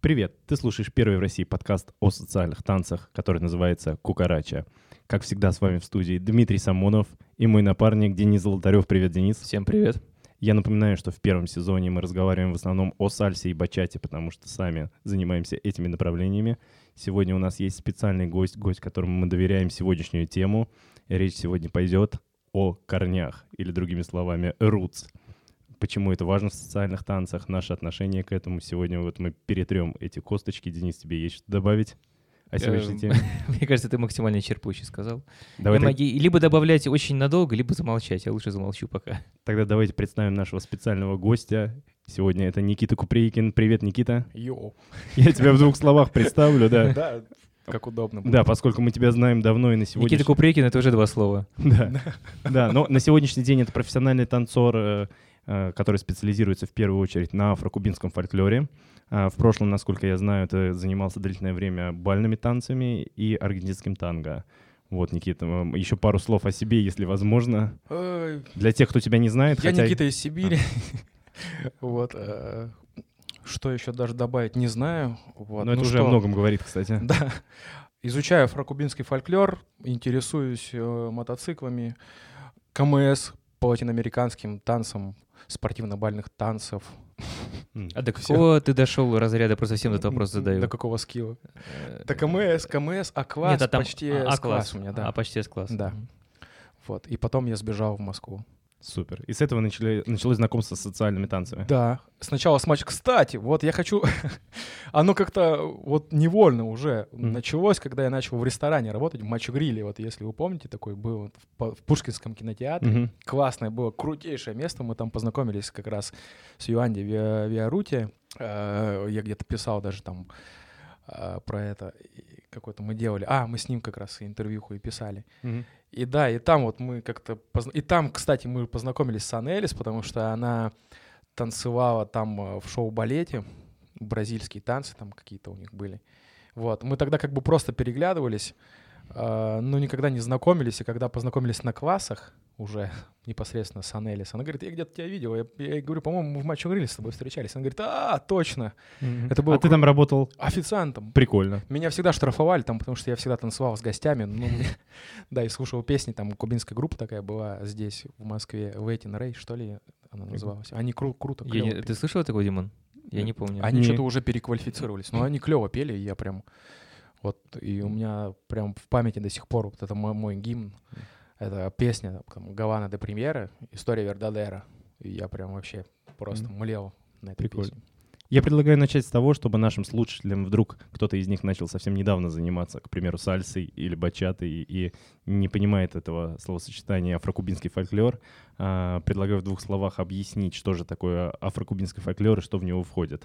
Привет! Ты слушаешь первый в России подкаст о социальных танцах, который называется «Кукарача». Как всегда, с вами в студии Дмитрий Самонов и мой напарник Денис Золотарев. Привет, Денис. Всем привет. Я напоминаю, что в первом сезоне мы разговариваем в основном о сальсе и бачате, потому что сами занимаемся этими направлениями. Сегодня у нас есть специальный гость, которому мы доверяем сегодняшнюю тему. Речь сегодня пойдет о корнях, или другими словами, roots. Почему это важно в социальных танцах, наше отношение к этому. Сегодня вот мы перетрем эти косточки. Денис, тебе есть что добавить о сегодняшней теме? Мне кажется, ты максимально исчерпывающе сказал. Давай Я могу либо добавлять очень надолго, либо замолчать. Я лучше замолчу пока. Тогда давайте представим нашего специального гостя. Сегодня это Никита Купрейкин. Привет, Никита. Йоу. Я тебя в двух словах представлю, да. Да, как удобно. Да, поскольку мы тебя знаем давно и на сегодняшний... Никита Купрейкин — это уже два слова. Да, но на сегодняшний день это профессиональный танцор, который специализируется в первую очередь на афрокубинском фольклоре. В прошлом, насколько я знаю, ты занимался длительное время бальными танцами и аргентинским танго. Вот, Никита, еще пару слов о себе, если возможно. Для тех, кто тебя не знает. Я Никита из Сибири. Вот. Что еще даже добавить, не знаю. Но это уже о многом говорит, кстати. Да. Изучаю афрокубинский фольклор, интересуюсь мотоциклами, КМС по латиноамериканским танцам, спортивно-бальных танцев. А до какого ты дошел разряда? Просто всем этот вопрос задаю. До какого скилла? До КМС, А-класс, Нет, там почти А-класс С-класс у меня, да. почти С-класс. Да. Вот. И потом я сбежал в Москву. Супер. И с этого началось знакомство с социальными танцами. Да. Сначала с матча. Кстати, вот я хочу... Оно как-то вот невольно уже началось, когда я начал в ресторане работать, в Мачо-гриле. Вот если вы помните, такой был в Пушкинском кинотеатре. Классное было, крутейшее место. Мы там познакомились как раз с Юанди Виарути. Я где-то писал даже там про это. Какое-то мы делали. Мы с ним как раз интервьюху и писали. И да, и там вот мы как-то... И там, кстати, мы познакомились с Анелис, потому что она танцевала там в шоу-балете, бразильские танцы там какие-то у них были. Вот, мы тогда как бы просто переглядывались, но никогда не знакомились, и когда познакомились на классах уже непосредственно с Анелис, она говорит, я где-то тебя видел, я ей говорю, по-моему, мы в Мачо-гриле с тобой встречались. Она говорит, точно. Это было ты там работал? Официантом. Прикольно. Меня всегда штрафовали там, потому что я всегда танцевал с гостями. Да, и слушал песни, там кубинская группа такая была здесь, в Москве, Waiting Ray, что ли она называлась. Они круто, клево. Ты слышал такого, Димон? Я не помню. Они что-то уже переквалифицировались, но они клево пели, и я прям... Вот, и у меня прям в памяти до сих пор вот это мой гимн. Это песня Гавана де Премьера, «История Вердадера». И я прям вообще просто млел на этой песне. Я предлагаю начать с того, чтобы нашим слушателям, вдруг кто-то из них начал совсем недавно заниматься, к примеру, сальсой или бачатой и не понимает этого словосочетания афрокубинский фольклор, предлагаю в двух словах объяснить, что же такое афрокубинский фольклор и что в него входит.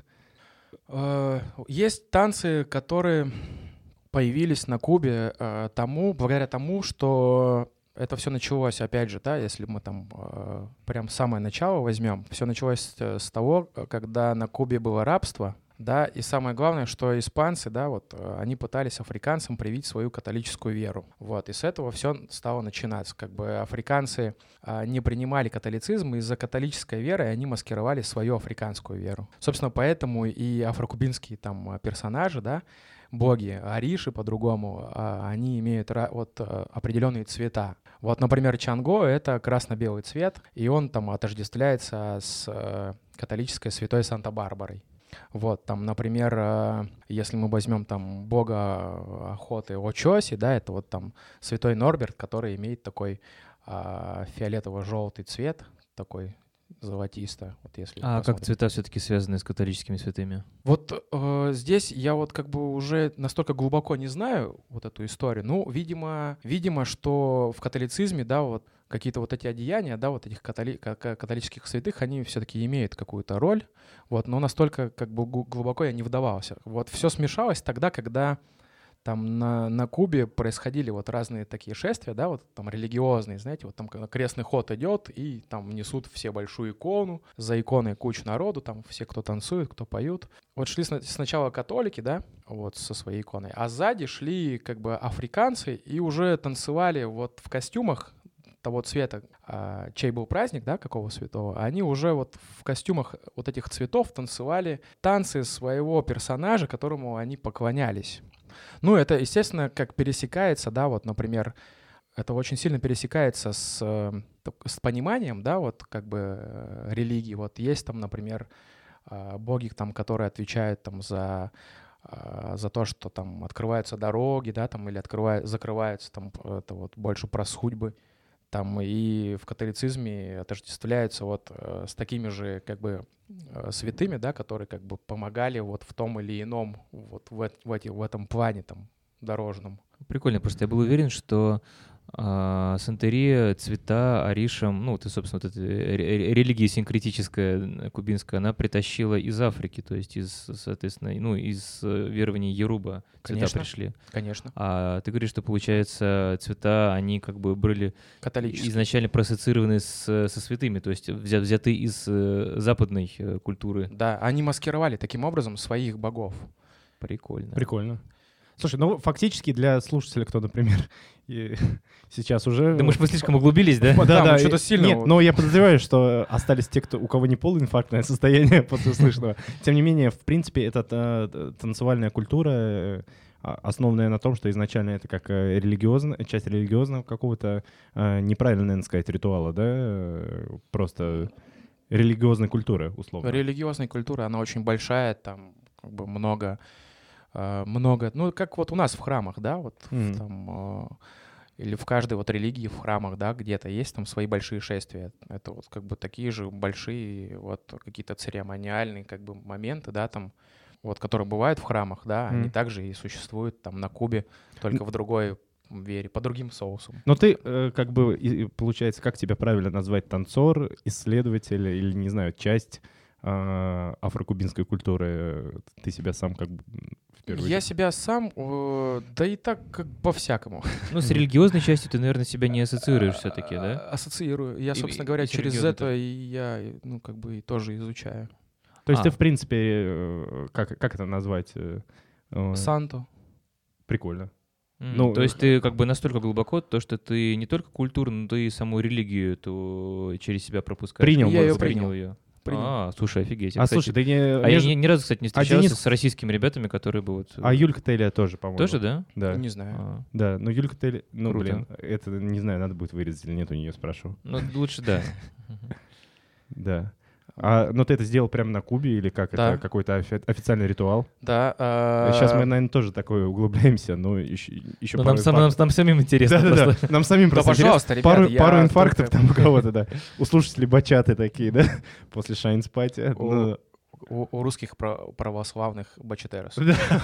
Есть танцы, которые появились на Кубе благодаря тому, что это все началось, опять же, да, если мы там прям самое начало возьмем, все началось с того, когда на Кубе было рабство, да, и самое главное, что испанцы, да, вот они пытались африканцам привить свою католическую веру, вот, и с этого все стало начинаться, как бы африканцы не принимали католицизм, из-за католической веры они маскировали свою африканскую веру, собственно, поэтому и афрокубинские там персонажи, да, боги, ариши по-другому, они имеют вот определенные цвета. Вот, например, Чанго — это красно-белый цвет, и он там отождествляется с католической святой Санта-Барбарой. Вот, там, например, если мы возьмем там бога охоты Очоси, да, это вот там святой Норберт, который имеет такой фиолетово-желтый цвет, такой золотисто. Вот если как цвета все-таки связаны с католическими святыми? Вот здесь я вот как бы уже настолько глубоко не знаю вот эту историю. Ну, видимо, что в католицизме, да, вот какие-то вот эти одеяния, да, вот этих католических святых, они все-таки имеют какую-то роль, вот, но настолько как бы глубоко я не вдавался. Вот все смешалось тогда, когда там на Кубе происходили вот разные такие шествия, да, вот там религиозные, знаете, вот там крестный ход идет, и там несут все большую икону, за иконой куча народу, там все, кто танцует, кто поют. Вот шли сначала католики, да, вот со своей иконой, а сзади шли как бы африканцы и уже танцевали вот в костюмах, того цвета, чей был праздник, да, какого святого, они уже вот в костюмах вот этих цветов танцевали танцы своего персонажа, которому они поклонялись. Ну, это, естественно, как пересекается, да, вот, например, это очень сильно пересекается с пониманием, да, вот как бы религии. Вот есть там, например, боги, там, которые отвечают там за то, что там открываются дороги, да, там, или закрываются, там, это вот больше про судьбы. Там и в католицизме отождествляются вот с такими же как бы святыми, да, которые как бы помогали вот в том или ином вот в этом плане там дорожном. Прикольно, просто я был уверен, что Сантерия, цвета, Аришам, ну, ты, собственно, вот эта религия синкретическая кубинская, она притащила из Африки, то есть из, соответственно, ну, из верований Яруба цвета Конечно, пришли. Конечно. А ты говоришь, что, получается, цвета, они как бы были изначально проассоциированы со святыми, то есть взяты из западной культуры. Да, они маскировали таким образом своих богов. Прикольно. Прикольно. Слушай, ну фактически для слушателя, кто, например, сейчас уже... Думаешь, мы слишком углубились, да? Да, что-то сильно... Нет, но я подозреваю, что остались те, у кого не полуинфарктное состояние после услышанного. Тем не менее, в принципе, это танцевальная культура, основанная на том, что изначально это как часть религиозного какого-то, неправильно, наверное, сказать, ритуала, да? Просто религиозной культуры, условно. Религиозная культура, она очень большая, там как бы много, ну, как вот у нас в храмах, да, вот там, или в каждой вот религии в храмах, да, где-то есть там свои большие шествия. Это вот как бы такие же большие вот какие-то церемониальные как бы моменты, да, там, вот, которые бывают в храмах, да, они также и существуют там на Кубе, только в другой вере, по другим соусам. Но ты как бы, получается, как тебя правильно назвать, танцор, исследователь или, не знаю, часть афрокубинской культуры? Ты себя сам как бы... Я себя сам, да и так как по-всякому. Ну, с религиозной частью ты, наверное, себя не ассоциируешь все-таки, да? Ассоциирую. Я, собственно говоря, через это и я, ну, как бы тоже изучаю. То есть ты, в принципе, как это назвать? Санто. Прикольно. Ну, то есть ты как бы настолько глубоко, то, что ты не только культуру, но ты и саму религию эту через себя пропускаешь. Принял, я ее принял ее. Слушай, офигеть. Я, слушай, ты не... я ни разу, кстати, не встречался с российскими ребятами, которые бы вот... А Юлька Телия тоже, по-моему. Тоже, да? Да. Не знаю. Да, но Юлька Телия... Ну, Круто. блин, это, не знаю, надо будет вырезать или нет, у нее спрошу. Ну, лучше да. Да. Но ты это сделал прямо на Кубе или как? Да. Это какой-то официальный ритуал? Да. Сейчас мы, наверное, тоже такое углубляемся, но еще Но нам самим интересно. Да. Нам самим просто пожалуйста, интересно. ребята, Пару инфарктов там у кого-то, да. У слушателей бачаты такие, да, после Шайнспати. У русских православных бачатерос.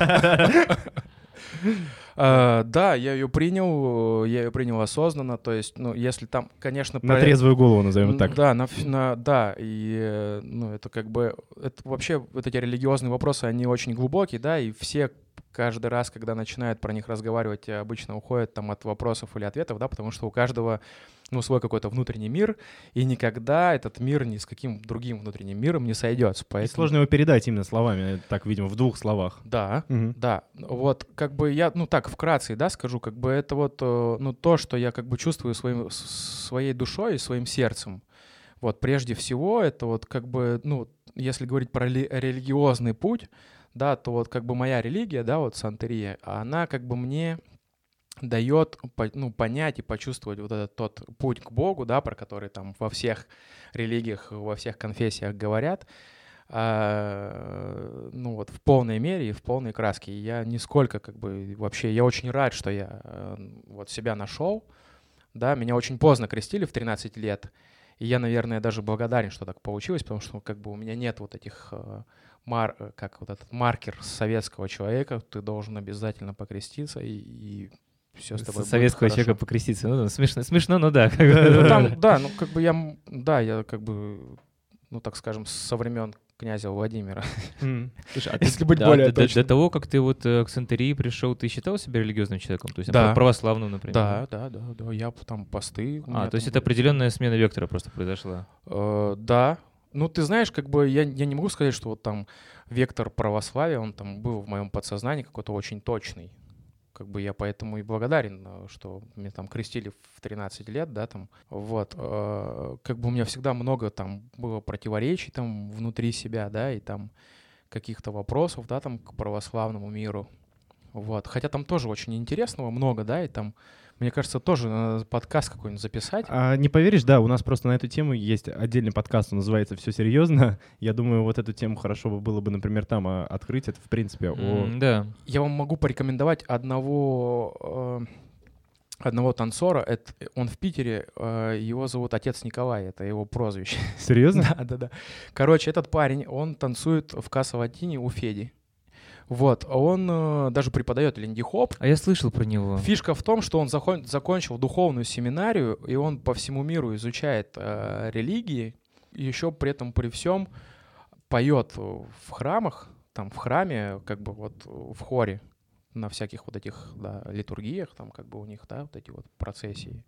Да, я ее принял осознанно, то есть, ну, если там, конечно... На трезвую голову, назовем так. Да, и, ну, это как бы, это вообще, вот эти религиозные вопросы, они очень глубокие, да, и все каждый раз, когда начинают про них разговаривать, обычно уходят там от вопросов или ответов, да, потому что у каждого, ну, свой какой-то внутренний мир, и никогда этот мир ни с каким другим внутренним миром не сойдется. Поэтому... И сложно его передать именно словами, так, видимо, в двух словах. Да, да. Вот, как бы я, ну, так, вкратце, да, скажу, как бы это вот, ну, то, что я как бы чувствую своей душой и своим сердцем. Вот, прежде всего, это вот как бы, ну, если говорить про религиозный путь, да, то вот как бы моя религия, да, вот Сантерия, она как бы мне дает, ну, понять и почувствовать вот этот тот путь к Богу, да, про который там во всех религиях, во всех конфессиях говорят, ну вот в полной мере и в полной краске. И я нисколько как бы вообще, я очень рад, что я вот себя нашел, да, меня очень поздно крестили в 13 лет, и я, наверное, даже благодарен, что так получилось, потому что как бы у меня нет вот этих... как вот этот маркер советского человека, ты должен обязательно покреститься, и все с тобой советского будет человека покреститься. Ну, смешно, но да. Ну, там, да, ну, как бы я как бы, ну, так скажем, со времен князя Владимира. Слушай, если быть более точным. До того, как ты вот к Сантерии пришел, ты считал себя религиозным человеком? То есть да. Православным, например? Да, я там посты. То есть это определенная смена вектора просто произошла? Да. Ну, ты знаешь, как бы я не могу сказать, что вот там вектор православия, он там был в моем подсознании какой-то очень точный. как бы я поэтому и благодарен, что меня там крестили в 13 лет, да, там, вот, как бы у меня всегда много там было противоречий там внутри себя, да, и там каких-то вопросов, да, там к православному миру, вот, хотя там тоже очень интересного много, да, и там, мне кажется, тоже надо подкаст какой-нибудь записать. Не поверишь, да, у нас просто на эту тему есть отдельный подкаст, он называется «Все серьезно». Я думаю, вот эту тему хорошо было бы, например, там открыть. Это, в принципе, Да. Я вам могу порекомендовать одного танцора. Он в Питере, его зовут Отец Николай, это его прозвище. Серьезно? Да. Короче, этот парень, он танцует в Каса-Латине у Феди. Вот, он даже преподает линди-хоп. А я слышал про него. Фишка в том, что он закончил духовную семинарию, и он по всему миру изучает религии, и еще при этом при всем поет в храмах, там в храме, как бы вот в хоре, на всяких вот этих, да, литургиях, там как бы у них, да, вот эти вот процессии.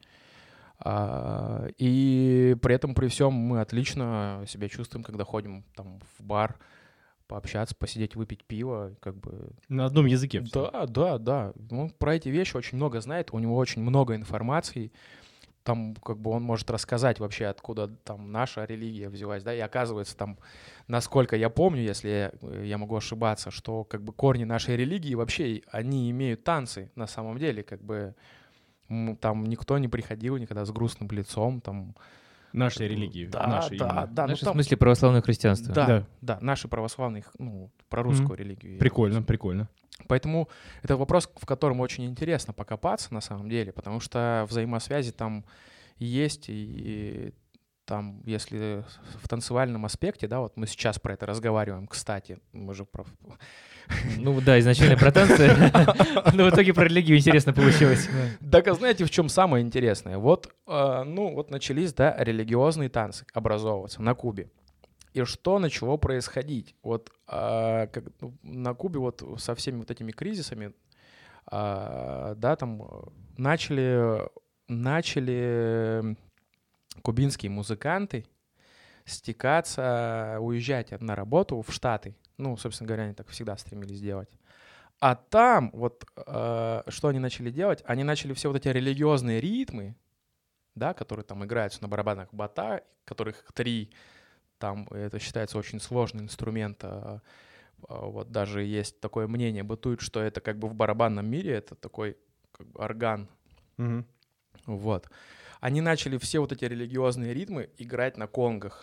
И при этом при всем мы отлично себя чувствуем, когда ходим там в бар, пообщаться, посидеть, выпить пиво, как бы... На одном языке. Да. Он про эти вещи очень много знает, у него очень много информации. Там как бы он может рассказать вообще, откуда там наша религия взялась, да, и оказывается там, насколько я помню, если я могу ошибаться, что как бы корни нашей религии вообще, они имеют танцы на самом деле, как бы там никто не приходил никогда с грустным лицом, там... Нашей религии. Да. В смысле православное христианство. Да, наши православные, ну, про русскую религию. Прикольно. Поэтому это вопрос, в котором очень интересно покопаться на самом деле, потому что взаимосвязи там есть, и там, если в танцевальном аспекте, да, вот мы сейчас про это разговариваем, кстати, мы же про... Ну да, изначально про танцы, но в итоге про религию интересно получилось. Так, а знаете, в чем самое интересное? Вот, вот начались, да, религиозные танцы образовываться на Кубе. И что начало происходить? Вот на Кубе вот со всеми вот этими кризисами, да, там начали кубинские музыканты стекаться, уезжать на работу в Штаты. Ну, собственно говоря, они так всегда стремились делать. А там вот что они начали делать? Они начали все вот эти религиозные ритмы, да, которые там играются на барабанах бата, которых 3, там это считается очень сложный инструмент. Вот даже есть такое мнение, бытует, что это как бы в барабанном мире это такой как бы орган. Вот. Они начали все вот эти религиозные ритмы играть на конгах.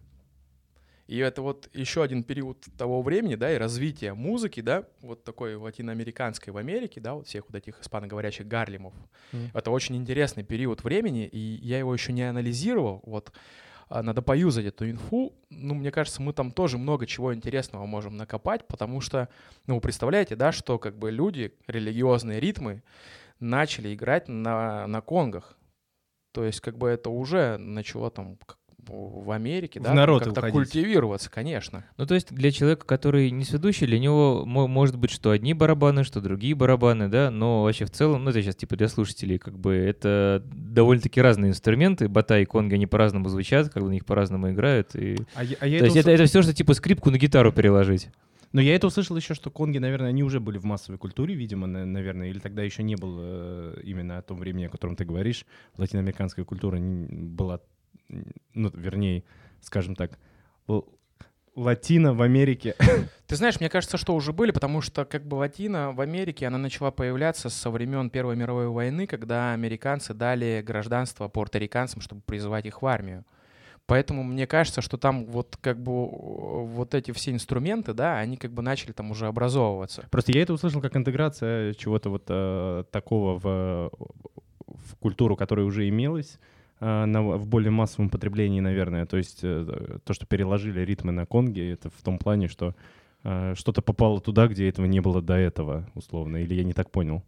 И это вот еще один период того времени, да, и развития музыки, да, вот такой латиноамериканской в Америке, да, вот всех вот этих испаноговорящих Гарлемов. Это очень интересный период времени, и я его еще не анализировал, вот, надо поюзать эту инфу. Ну, мне кажется, мы там тоже много чего интересного можем накопать, потому что, ну, вы представляете, да, что как бы люди, религиозные ритмы начали играть на конгах. То есть как бы это уже начало там в Америке, да, как-то культивироваться, конечно. Ну, то есть для человека, который не сведущий, для него может быть что одни барабаны, что другие барабаны, да, но вообще в целом, ну, это сейчас типа для слушателей, как бы это довольно-таки разные инструменты, бата и конги, они по-разному звучат, как бы на них по-разному играют, и... То есть это все, что типа скрипку на гитару переложить. Но я это услышал еще, что конги, наверное, они уже были в массовой культуре, видимо, наверное, или тогда еще не было именно о том времени, о котором ты говоришь. Латиноамериканская культура была, ну, вернее, скажем так, латино в Америке. Ты знаешь, мне кажется, что уже были, потому что как бы латино в Америке, она начала появляться со времен Первой мировой войны, когда американцы дали гражданство пуэрториканцам, чтобы призывать их в армию. Поэтому мне кажется, что там вот как бы вот эти все инструменты, да, они как бы начали там уже образовываться. Просто я это услышал как интеграция чего-то вот такого в культуру, которая уже имелась в более массовом потреблении, наверное. То есть то, что переложили ритмы на конги, это в том плане, что что-то попало туда, где этого не было до этого, условно. Или я не так понял?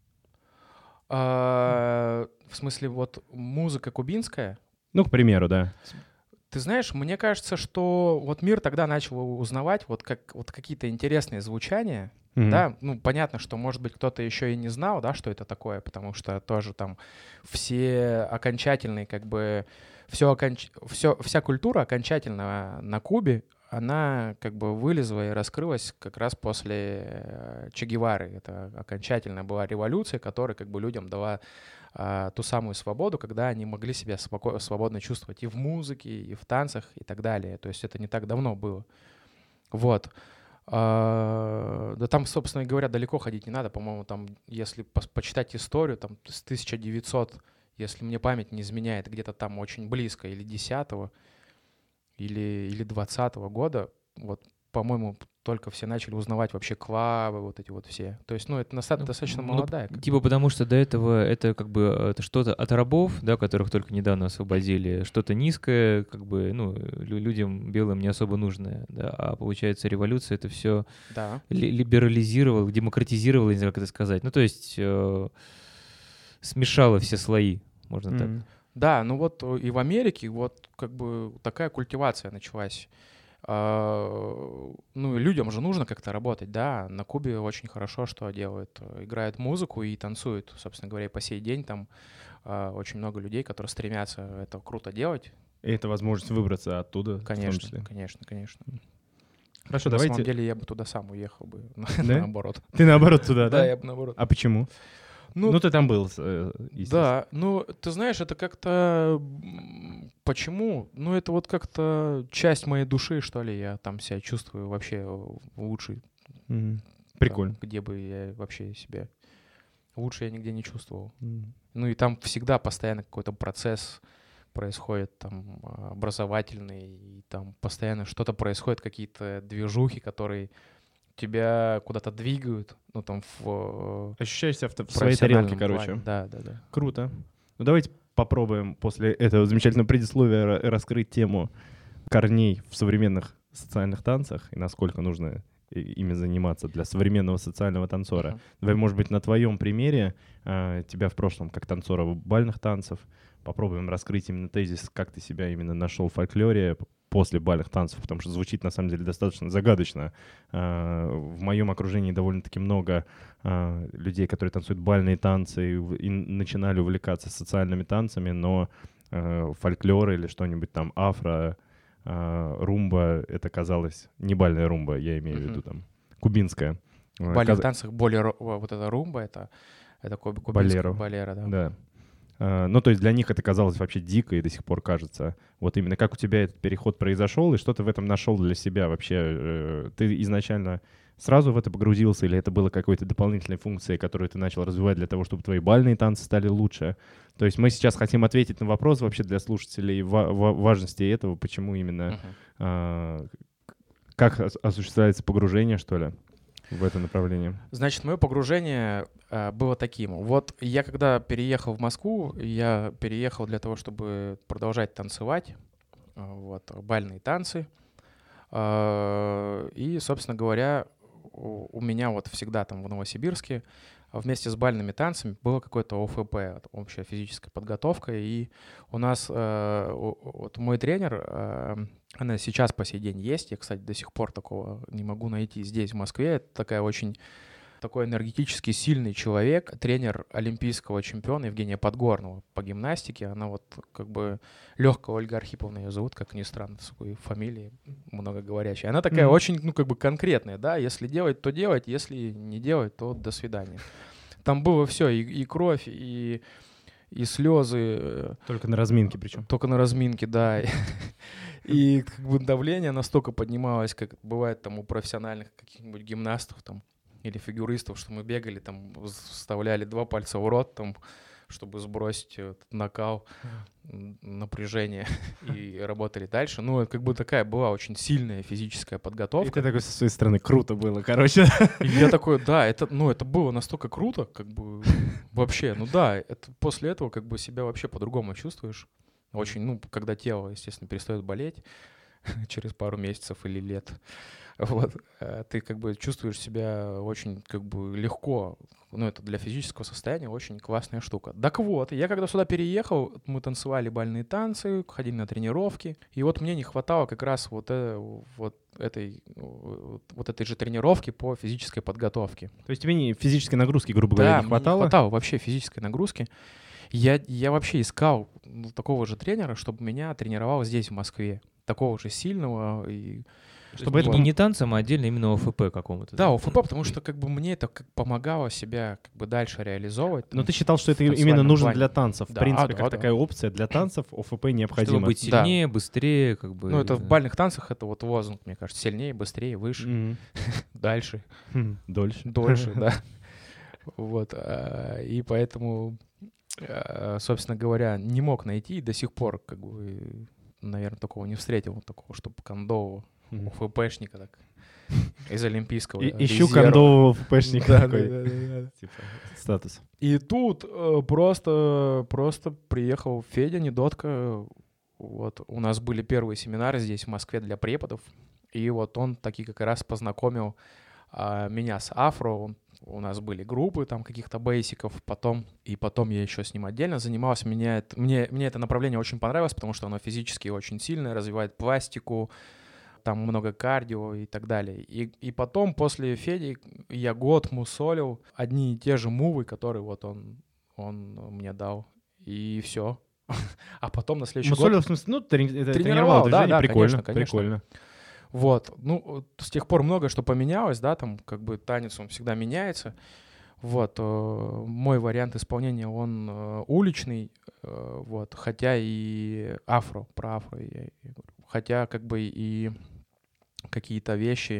В смысле, вот музыка кубинская? Ну, к примеру, да. Ты знаешь, мне кажется, что вот мир тогда начал узнавать вот какие-то интересные звучания, да, ну, понятно, что, может быть, кто-то еще и не знал, да, что это такое, потому что тоже там все окончательные, как бы, вся культура окончательно на Кубе она как бы вылезла и раскрылась как раз после Че Гевары. Это окончательная была революция, которая как бы людям дала ту самую свободу, когда они могли себя свободно чувствовать и в музыке, и в танцах, и так далее. То есть это не так давно было. Вот. Да там, собственно говоря, далеко ходить не надо. По-моему, там, если почитать историю, там с 1900, если мне память не изменяет, где-то там очень близко, или 10-го, или 20-го года, вот, по-моему, только все начали узнавать вообще клавы, вот эти вот все. То есть, это достаточно молодая. Типа потому что до этого это как бы это что-то от рабов, да, которых только недавно освободили, что-то низкое, как бы, людям белым не особо нужное, да, а получается революция это все либерализировала, демократизировала, не знаю, как это сказать, то есть смешала все слои, можно так. Да, и в Америке вот как бы такая культивация началась. Людям же нужно как-то работать, да. На Кубе очень хорошо что делают. Играют музыку и танцуют, собственно говоря, и по сей день там очень много людей, которые стремятся это круто делать. И это возможность выбраться оттуда, конечно, в том числе. Конечно. Хорошо, На давайте... самом деле я бы туда сам уехал бы, наоборот. Ты наоборот туда, да? Да, я бы наоборот. А почему? Ты там был, естественно. Да, ты знаешь, это как-то... Почему? Это вот как-то часть моей души, что ли. Я там себя чувствую вообще лучше. Прикольно. Там, где бы я вообще себя... Лучше я нигде не чувствовал. И там всегда постоянно какой-то процесс происходит там образовательный. И там постоянно что-то происходит, какие-то движухи, которые... тебя куда-то двигают, Ощущаешься в своей тарелке, короче. Да. Круто. Давайте попробуем после этого замечательного предисловия раскрыть тему корней в современных социальных танцах и насколько нужно ими заниматься для современного социального танцора. Давай, может быть, на твоем примере, тебя в прошлом как танцора бальных танцев, попробуем раскрыть именно тезис, как ты себя именно нашел в фольклоре после бальных танцев, потому что звучит, на самом деле, достаточно загадочно. В моем окружении довольно-таки много людей, которые танцуют бальные танцы и начинали увлекаться социальными танцами, но фольклор или что-нибудь там афро, румба, это казалось не бальная румба, я имею в виду там кубинская. В бальных танцах более вот эта румба, это кубинская болеро, да. То есть для них это казалось вообще дико и до сих пор кажется. Вот именно как у тебя этот переход произошел и что ты в этом нашел для себя вообще? Ты изначально сразу в это погрузился или это было какой-то дополнительной функцией, которую ты начал развивать для того, чтобы твои бальные танцы стали лучше? То есть мы сейчас хотим ответить на вопрос вообще для слушателей важности этого, почему именно, как осуществляется погружение, что ли, в это направление? Значит, мое погружение было таким. Вот я когда переехал в Москву, я переехал для того, чтобы продолжать танцевать, бальные танцы. И, собственно говоря, у меня вот всегда там в Новосибирске вместе с бальными танцами было какое-то ОФП, общая физическая подготовка. И у нас вот мой тренер, она сейчас по сей день есть. Я, кстати, до сих пор такого не могу найти здесь, в Москве. Это такой энергетически сильный человек, тренер олимпийского чемпиона Евгения Подгорного по гимнастике. Она вот как бы Легкая Ольга Архиповна ее зовут, как ни странно, с такой фамилией многоговорящей. Она такая очень, конкретная, да, если делать, то делать, если не делать, то до свидания. Там было все, и кровь, и слезы. Только на разминке причем. Только на разминке, да. И как бы давление настолько поднималось, как бывает там у профессиональных каких-нибудь гимнастов там или фигуристов, что мы бегали, там вставляли 2 пальца в рот, там, чтобы сбросить накал, напряжение, и работали дальше. Как бы такая была очень сильная физическая подготовка. И ты такой со своей стороны круто было, короче. И я такой, да, это было настолько круто, как бы вообще, после этого как бы себя вообще по-другому чувствуешь. Очень, когда тело, естественно, перестает болеть через пару месяцев или лет. Ты как бы чувствуешь себя очень как бы легко. Это для физического состояния очень классная штука. Так вот, я когда сюда переехал, мы танцевали бальные танцы, ходили на тренировки. И вот мне не хватало как раз этой же тренировки по физической подготовке. То есть тебе физической нагрузки, грубо говоря, не хватало? Да, не хватало вообще физической нагрузки. Я вообще искал такого же тренера, чтобы меня тренировал здесь, в Москве. Такого же сильного и Чтобы это не танцем, а отдельно именно ОФП какому-то. Да, ОФП, потому что как бы мне это как помогало себя как бы дальше реализовывать. Но ты считал, что это в именно танцевальном нужно плане. для танцев. В Да, принципе, да, как да. такая опция для танцев ОФП Чтобы необходимо. быть сильнее, быстрее, как бы. Ну, это в бальных танцах это вот лозунг, мне кажется, сильнее, быстрее, выше, Мгм. дальше, Дольше. дольше, да. Вот, и поэтому, собственно говоря, не мог найти и до сих пор, как бы, наверное, такого не встретил, такого, чтобы кондового Мгм. ОФПшника так из олимпийского Ищу резерва. кондового ФПшника Да, такой. да, да, да, да. Типа, статус. И тут просто приехал Федя Недотко. Вот у нас были первые семинары здесь в Москве для преподов, и вот он таки как раз познакомил меня с афро. У нас были группы там каких-то бейсиков, потом я еще с ним отдельно занимался. Мне это направление очень понравилось, потому что оно физически очень сильное, развивает пластику, там много кардио и так далее. И потом, после Феди, я год мусолил одни и те же мувы, которые вот он мне дал, и все. А потом на следующий Мусолил, год... в смысле, тренировал Тренировал, да, движение, да, прикольно, конечно. прикольно. Вот, ну, с тех пор многое что поменялось, да, там как бы танец, он всегда меняется. Вот, мой вариант исполнения, он уличный, вот, хотя и про афро я говорю. Хотя как бы и какие-то вещи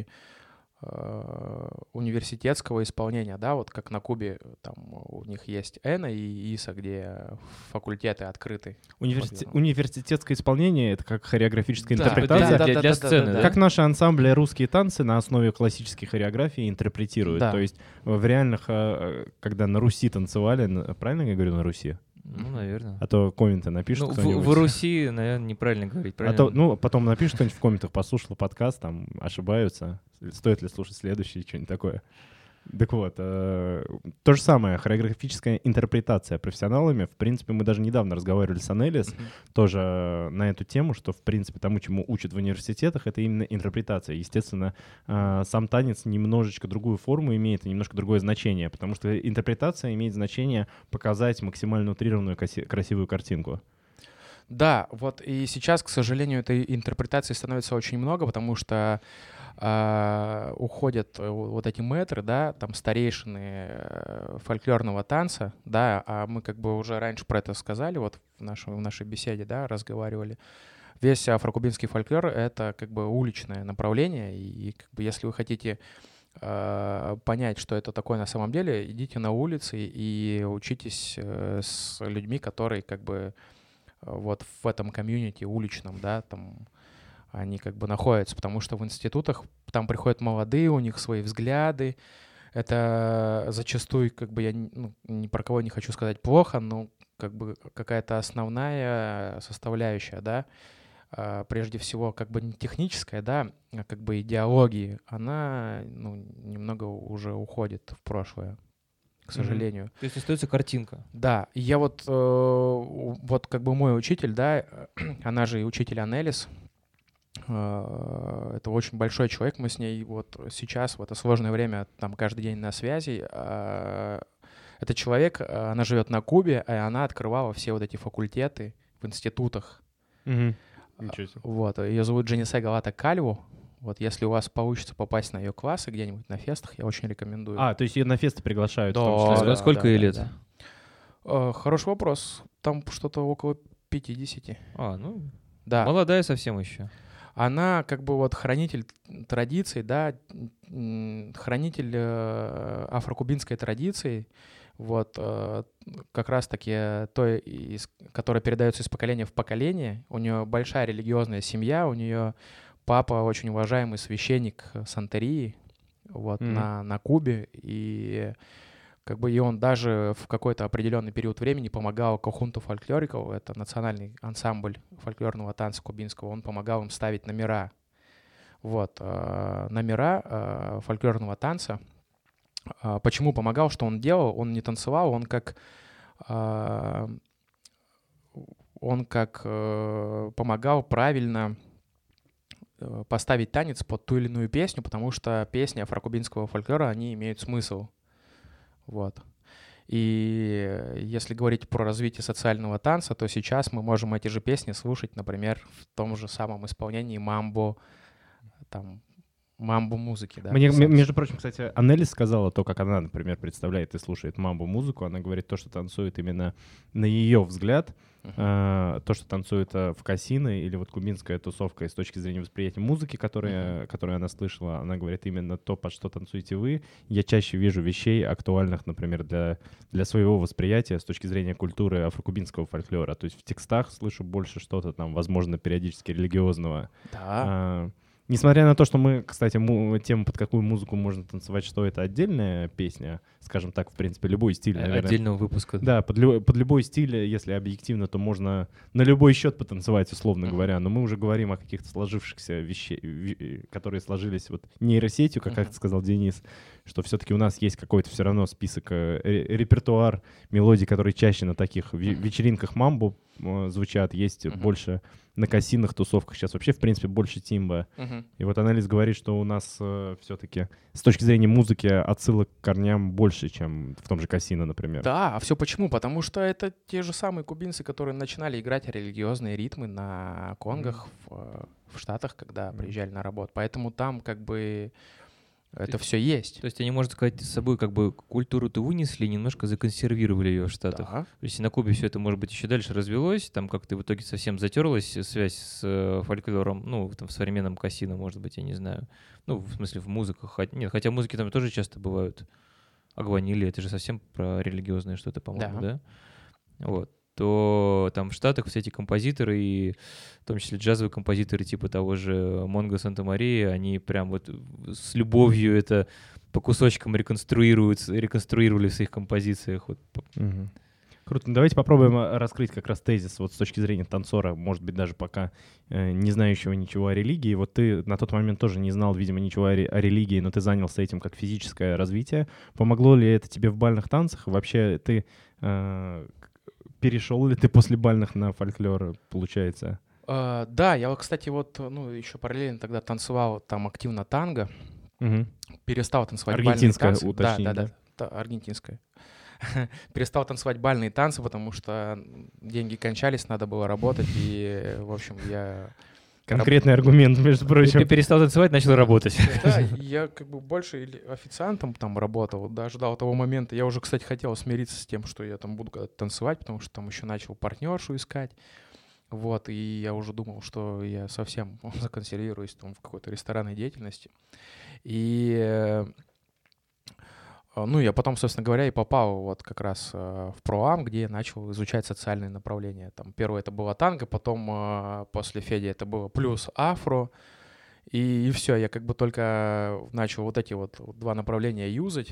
университетского исполнения, да, вот как на Кубе, там у них есть ЭНА и ИСА, где факультеты открыты. Университетское исполнение — это как хореографическая Да, интерпретация. Для сцены, да? Как наши ансамбли русские танцы на основе классической хореографии интерпретируют. Да. То есть в реальных, когда на Руси танцевали, правильно я говорю, на Руси? Ну, наверное. А то комменты напишут Ну, кто-нибудь. в Руси, наверное, неправильно говорить. А то, ну, потом напишут кто-нибудь в комментах, послушал подкаст, там, ошибаются. Стоит ли слушать следующий, что-нибудь такое. Так вот, то же самое, хореографическая интерпретация профессионалами. В принципе, мы даже недавно разговаривали с Анелис тоже на эту тему, что, в принципе, тому, чему учат в университетах, это именно интерпретация. Естественно, сам танец немножечко другую форму имеет и немножко другое значение, потому что интерпретация имеет значение показать максимально утрированную красивую картинку. Да, вот и сейчас, к сожалению, этой интерпретации становится очень много, потому что уходят вот эти мэтры, да, там старейшины фольклорного танца, да, а мы как бы уже раньше про это сказали, вот в нашей беседе, да, разговаривали. Весь афрокубинский фольклор — это как бы уличное направление, и как бы если вы хотите понять, что это такое на самом деле, идите на улицы и учитесь с людьми, которые как бы вот в этом комьюнити уличном, да, там они как бы находятся, потому что в институтах там приходят молодые, у них свои взгляды. Это зачастую, как бы я ни про кого не хочу сказать плохо, но как бы какая-то основная составляющая, да, прежде всего как бы не техническая, да, а как бы идеологии, она немного уже уходит в прошлое, к сожалению. То есть остается картинка. Да, и я вот как бы мой учитель, да, она же и учитель Анелис, это очень большой человек, мы с ней вот сейчас в это сложное время там каждый день на связи. Это человек, она живет на Кубе, и она открывала все вот эти факультеты в институтах. Ничего себе. Вот, ее зовут Дженисе Галата Кальву. Вот, если у вас получится попасть на ее классы где-нибудь на фестах, я очень рекомендую. То есть ее на фесты приглашают? Да, в том числе? да, Сколько ей лет? Хороший вопрос. Там что-то около 50. Ну, Да. молодая совсем еще. Она как бы вот хранитель традиций, да, хранитель афрокубинской традиции, вот как раз-таки той, которая передается из поколения в поколение. У нее большая религиозная семья, у нее папа очень уважаемый священник Сантерии, вот, на Кубе, и как бы и он даже в какой-то определенный период времени помогал Конхунту фольклориков, это национальный ансамбль фольклорного танца кубинского, он помогал им ставить номера. Вот, номера фольклорного танца. Почему помогал, что он делал? Он не танцевал, он как помогал правильно поставить танец под ту или иную песню, потому что песни афрокубинского фольклора, они имеют смысл. Вот. И если говорить про развитие социального танца, то сейчас мы можем эти же песни слушать, например, в том же самом исполнении мамбо, там мамбо-музыки, да. Мне, касается. между прочим, кстати, Аннелис сказала то, как она, например, представляет и слушает мамбо-музыку. Она говорит то, что танцует именно на ее взгляд, то, что танцует в касино или вот кубинская тусовка и с точки зрения восприятия музыки, которую она слышала, она говорит именно то, под что танцуете вы. Я чаще вижу вещей актуальных, например, для своего восприятия с точки зрения культуры афрокубинского фольклора. То есть в текстах слышу больше что-то там, возможно, периодически религиозного. Да. Несмотря на то, что мы, кстати, тему, под какую музыку можно танцевать, что это отдельная песня, скажем так, в принципе, любой стиль, наверное. Отдельного выпуска. Да, под любой стиль, если объективно, то можно на любой счет потанцевать, условно говоря. Но мы уже говорим о каких-то сложившихся вещах, которые сложились вот нейросетью, как сказал Денис, что все-таки у нас есть какой-то все равно список, репертуар мелодий, которые чаще на таких вечеринках мамбо звучат, есть больше на касинных тусовках сейчас вообще, в принципе, больше тимба. И вот анализ говорит, что у нас все-таки с точки зрения музыки отсылок к корням больше, чем в том же касино, например. Да, а все почему? Потому что это те же самые кубинцы, которые начинали играть религиозные ритмы на конгах в Штатах, когда приезжали на работу. Поэтому там как бы это все есть. То есть они, можно сказать, с собой как бы культуру-то вынесли, немножко законсервировали ее в Штатах. Да. То есть на Кубе все это, может быть, еще дальше развелось, там как-то в итоге совсем затерлась связь с фольклором, ну, там, в современном касино, может быть, я не знаю. Ну, в смысле, в музыках. Нет, хотя музыки там тоже часто бывают. Агванили, это же совсем про религиозное что-то, по-моему, да? Вот. То там в Штатах все эти композиторы, и в том числе джазовые композиторы типа того же Монго Санта-Марии, они прям вот с любовью это по кусочкам реконструировали в своих композициях. Вот. Круто. Ну, давайте попробуем раскрыть как раз тезис вот с точки зрения танцора, может быть, даже пока не знающего ничего о религии. Вот ты на тот момент тоже не знал, видимо, ничего о религии, но ты занялся этим как физическое развитие. Помогло ли это тебе в бальных танцах? Вообще ты перешел ли ты после бальных на фольклор, получается? Да, я, кстати, вот, еще параллельно тогда танцевал там активно танго. Перестал танцевать бальные танцы. Уточнить, да, аргентинская. Перестал танцевать бальные танцы, потому что деньги кончались, надо было работать, и, в общем, я... Конкретный аргумент, между прочим. Ты перестал танцевать, начал работать. Да, я как бы больше официантом там работал, да, ждал того момента. Я уже, кстати, хотел смириться с тем, что я там буду когда-то танцевать, потому что там еще начал партнершу искать. Вот, и я уже думал, что я совсем законсервируюсь там в какой-то ресторанной деятельности. И... я потом, собственно говоря, и попал вот как раз в ПроАм, где я начал изучать социальные направления. Там первое это было танго, потом после Феди это было плюс афро. И все, я как бы только начал вот эти вот два направления юзать.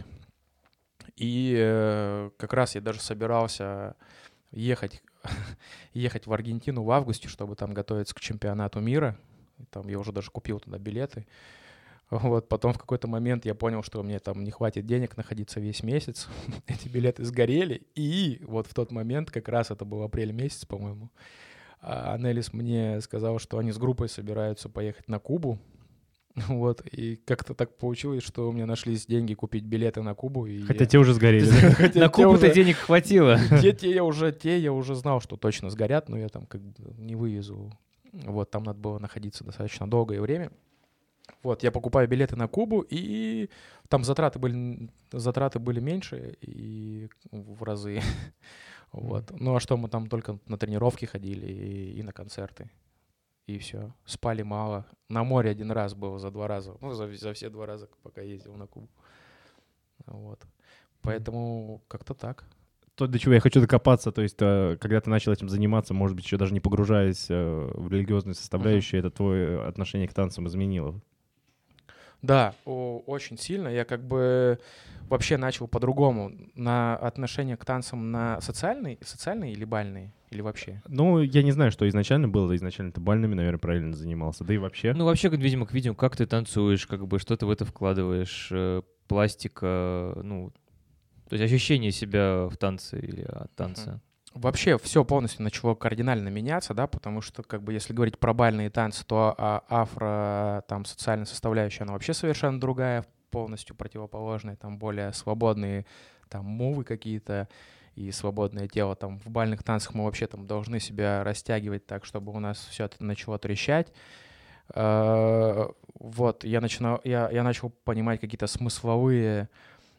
И как раз я даже собирался ехать в Аргентину в августе, чтобы там готовиться к чемпионату мира. Там я уже даже купил туда билеты. Вот, потом в какой-то момент я понял, что мне там не хватит денег находиться весь месяц. Эти билеты сгорели. И вот в тот момент, как раз это был апрель месяц, по-моему, Анелис мне сказал, что они с группой собираются поехать на Кубу. Вот, и как-то так получилось, что у меня нашлись деньги купить билеты на Кубу. Хотя те уже сгорели. На Кубу-то денег хватило. Те я уже знал, что точно сгорят, но я там как бы не вывезу. Вот, там надо было находиться достаточно долгое время. Вот, я покупаю билеты на Кубу, и там затраты были меньше и в разы. Вот. Ну а что, мы там только на тренировки ходили и на концерты. И все. Спали мало. На море один раз был за 2 раза. Ну, за все 2 раза, пока ездил на Кубу. Вот. Поэтому как-то так. То, до чего я хочу докопаться, то есть, когда ты начал этим заниматься, может быть, еще даже не погружаясь в религиозную составляющую, это твое отношение к танцам изменило? Да, очень сильно. Я как бы вообще начал по-другому. На отношение к танцам на социальные или бальные, или вообще? Ну, я не знаю, что изначально было. Изначально ты бальными, наверное, правильно занимался. Да и вообще. Ну, вообще, видимо, как ты танцуешь, как бы что ты в это вкладываешь, пластика, ну, то есть ощущение себя в танце или от танца. Вообще все полностью начало кардинально меняться, да, потому что, как бы, если говорить про бальные танцы, то афро, там, социальная составляющая, она вообще совершенно другая, полностью противоположная, там, более свободные, там, мувы какие-то и свободное тело, там, в бальных танцах мы вообще, там, должны себя растягивать так, чтобы у нас все это начало трещать. вот, я начал понимать какие-то смысловые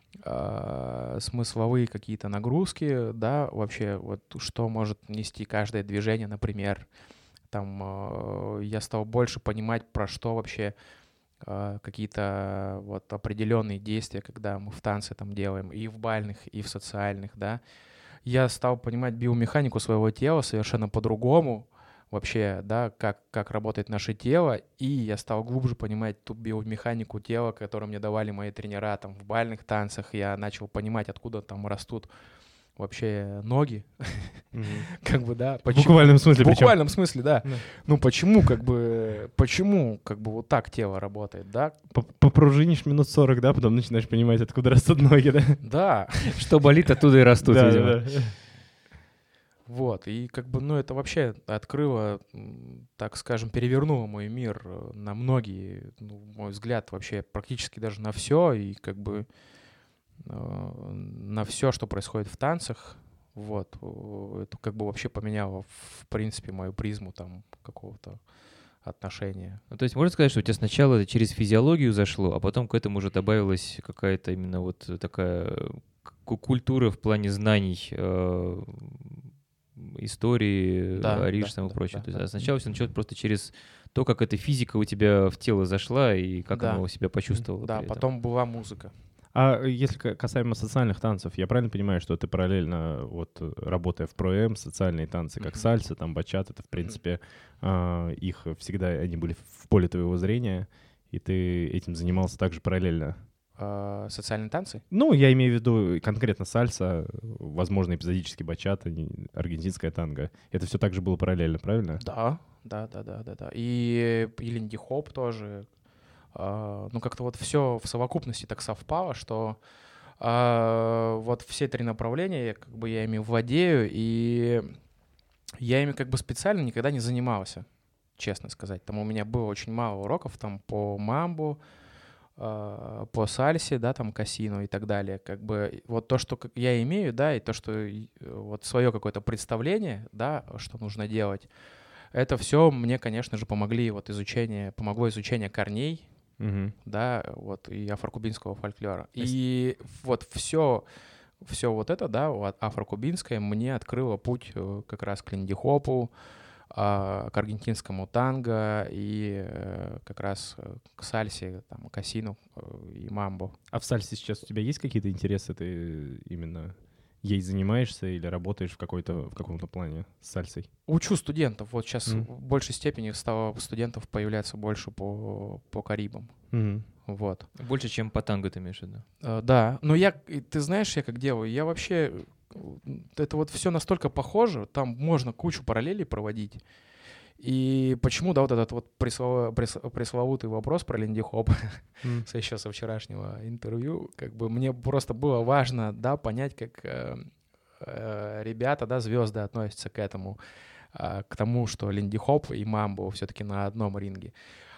какие-то нагрузки, да, вообще вот что может нести каждое движение, например. Там я стал больше понимать, про что вообще какие-то вот определенные действия, когда мы в танце там делаем, и в бальных, и в социальных, да. Я стал понимать биомеханику своего тела совершенно по-другому, вообще, да, как работает наше тело, и я стал глубже понимать ту биомеханику тела, которую мне давали мои тренера там в бальных танцах. Я начал понимать, откуда там растут вообще ноги, как бы, да. В буквальном смысле, В буквальном смысле, да. Да. Ну, почему вот так тело работает, да? Попружинишь минут 40, да, потом начинаешь понимать, откуда растут ноги, да? Да. Что болит, оттуда и растут, Да, видимо. да. Вот, и как бы, ну, это вообще открыло, так скажем, перевернуло мой мир на многие, ну, мой взгляд вообще практически даже на все, и как бы на все, что происходит в танцах, вот, это как бы вообще поменяло, в принципе, мою призму там какого-то отношения. Ну, то есть можно сказать, что у тебя сначала это через физиологию зашло, а потом к этому уже добавилась какая-то именно вот такая культура в плане знаний, истории, Да, Ариш, да, и да, прочее. да, То есть да. сначала все началось просто через то, как эта физика у тебя в тело зашла и как Да. оно себя почувствовало. Да, при этом. потом была музыка. А если касаемо социальных танцев, я правильно понимаю, что ты параллельно, вот работая в ПроЭМ, социальные танцы, как сальса, там бачата, это в принципе их всегда они были в поле твоего зрения, и ты этим занимался также параллельно? Социальные танцы? Ну, я имею в виду конкретно сальса, возможно, эпизодически бачата, аргентинская танго. Это все также было параллельно, правильно? Да. И линди-хоп тоже. Ну, как-то вот все в совокупности так совпало, что вот все три направления как бы я ими владею, и я ими как бы специально никогда не занимался, честно сказать. Там у меня было очень мало уроков там по мамбу, по сальсе, да, там касину и так далее. Как бы вот то, что я имею, да, и то, что вот свое какое-то представление, да, что нужно делать, это все мне, конечно же, помогло изучение корней, да, вот, и афрокубинского фольклора. И вот все вот это, да, вот, афрокубинское мне открыло путь как раз к линди-хопу, к аргентинскому танго и как раз к сальсе, там, касину и мамбо. А в сальсе сейчас у тебя есть какие-то интересы? Ты именно ей занимаешься или работаешь в каком-то плане с сальсой? Учу студентов. Вот сейчас в большей степени стало студентов появляться больше по Карибам. Вот. Больше, чем по танго, ты имеешь в виду? Да. Но ты знаешь, я как делаю? Я вообще... Это вот все настолько похоже, там можно кучу параллелей проводить. И почему, да, вот этот вот пресловутый вопрос про линди-хоп еще со вчерашнего интервью, как бы мне просто было важно, да, понять, как ребята, да, звезды относятся к этому, к тому, что линди-хоп и мамбо все-таки на одном ринге.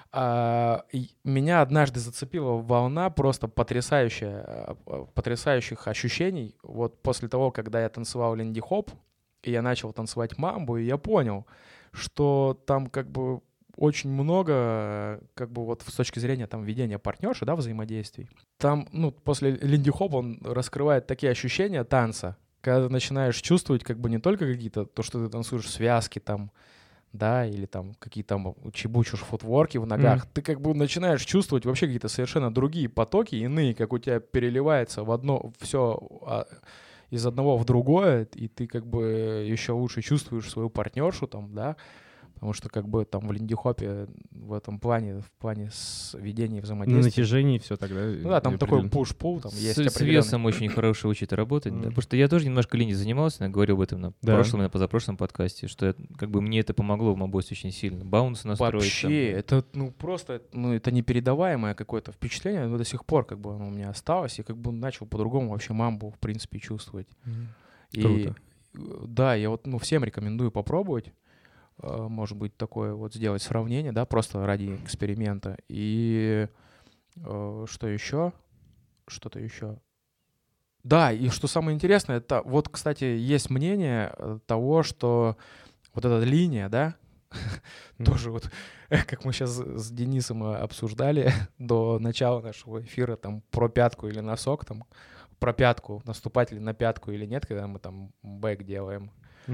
Меня однажды зацепила волна просто потрясающих ощущений. Вот после того, когда я танцевал линди-хоп, и я начал танцевать мамбу, и я понял, что там как бы очень много, как бы вот с точки зрения там ведения партнерши, да, взаимодействий. Там, ну, после линди-хоп он раскрывает такие ощущения танца, когда ты начинаешь чувствовать как бы не только какие-то, то, что ты танцуешь связки там, да, или там какие-то чебучишь футворки в ногах, ты как бы начинаешь чувствовать вообще какие-то совершенно другие потоки, иные, как у тебя переливается в одно, все из одного в другое, и ты как бы еще лучше чувствуешь свою партнершу там, да, потому что как бы там в линди-хопе в этом плане, ведения взаимодействия. На натяжении все тогда. Ну да, там такой push-pull, там есть С весом очень хорошо учит работать, да, потому что я тоже немножко линии занимался, я говорил об этом на прошлом и на позапрошлом подкасте, что как бы мне это помогло в мобойстве очень сильно. Баунс настроить. Вообще, это просто, это непередаваемое какое-то впечатление, но до сих пор как бы оно у меня осталось, и как бы начал по-другому вообще мамбу, в принципе, чувствовать. Круто. Да, я вот всем рекомендую попробовать. Может быть, такое вот сделать сравнение, да, просто ради эксперимента. И что еще? Что-то еще. Да, и что самое интересное, это вот, кстати, есть мнение того, что вот эта линия, да, Тоже вот, как мы сейчас с Денисом обсуждали до начала нашего эфира, там, про пятку или носок, там, про пятку, наступать ли на пятку или нет, когда мы там бэк делаем.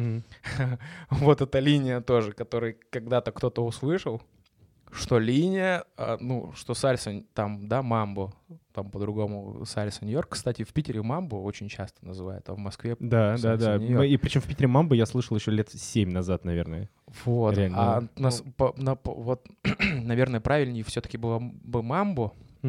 Вот эта линия тоже, которую когда-то кто-то услышал, что линия, ну, что сальса там, да, мамбо, там по-другому сальса Нью-Йорк. Кстати, в Питере мамбо очень часто называют, а в Москве Да. Нью-Йорк. И причем в Питере мамбо я слышал еще лет 7 назад, наверное. Вот. Реально. Вот, наверное, правильнее все-таки было бы мамбо.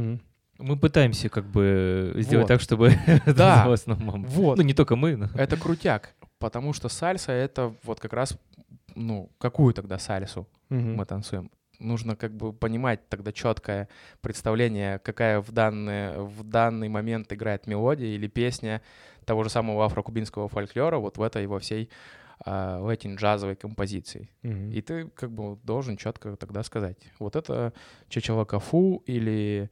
Мы пытаемся как бы сделать Вот. так, чтобы это Да. называлось нам мамбо. Вот. Ну, не только мы, но... Это крутяк, потому что сальса — это вот как раз, ну, какую тогда сальсу мы танцуем? Нужно как бы понимать тогда четкое представление, какая в данный момент играет мелодия или песня того же самого афро-кубинского фольклора вот в этой во всей латин-джазовой композиции. И ты как бы должен четко тогда сказать, вот это Чачалакафу или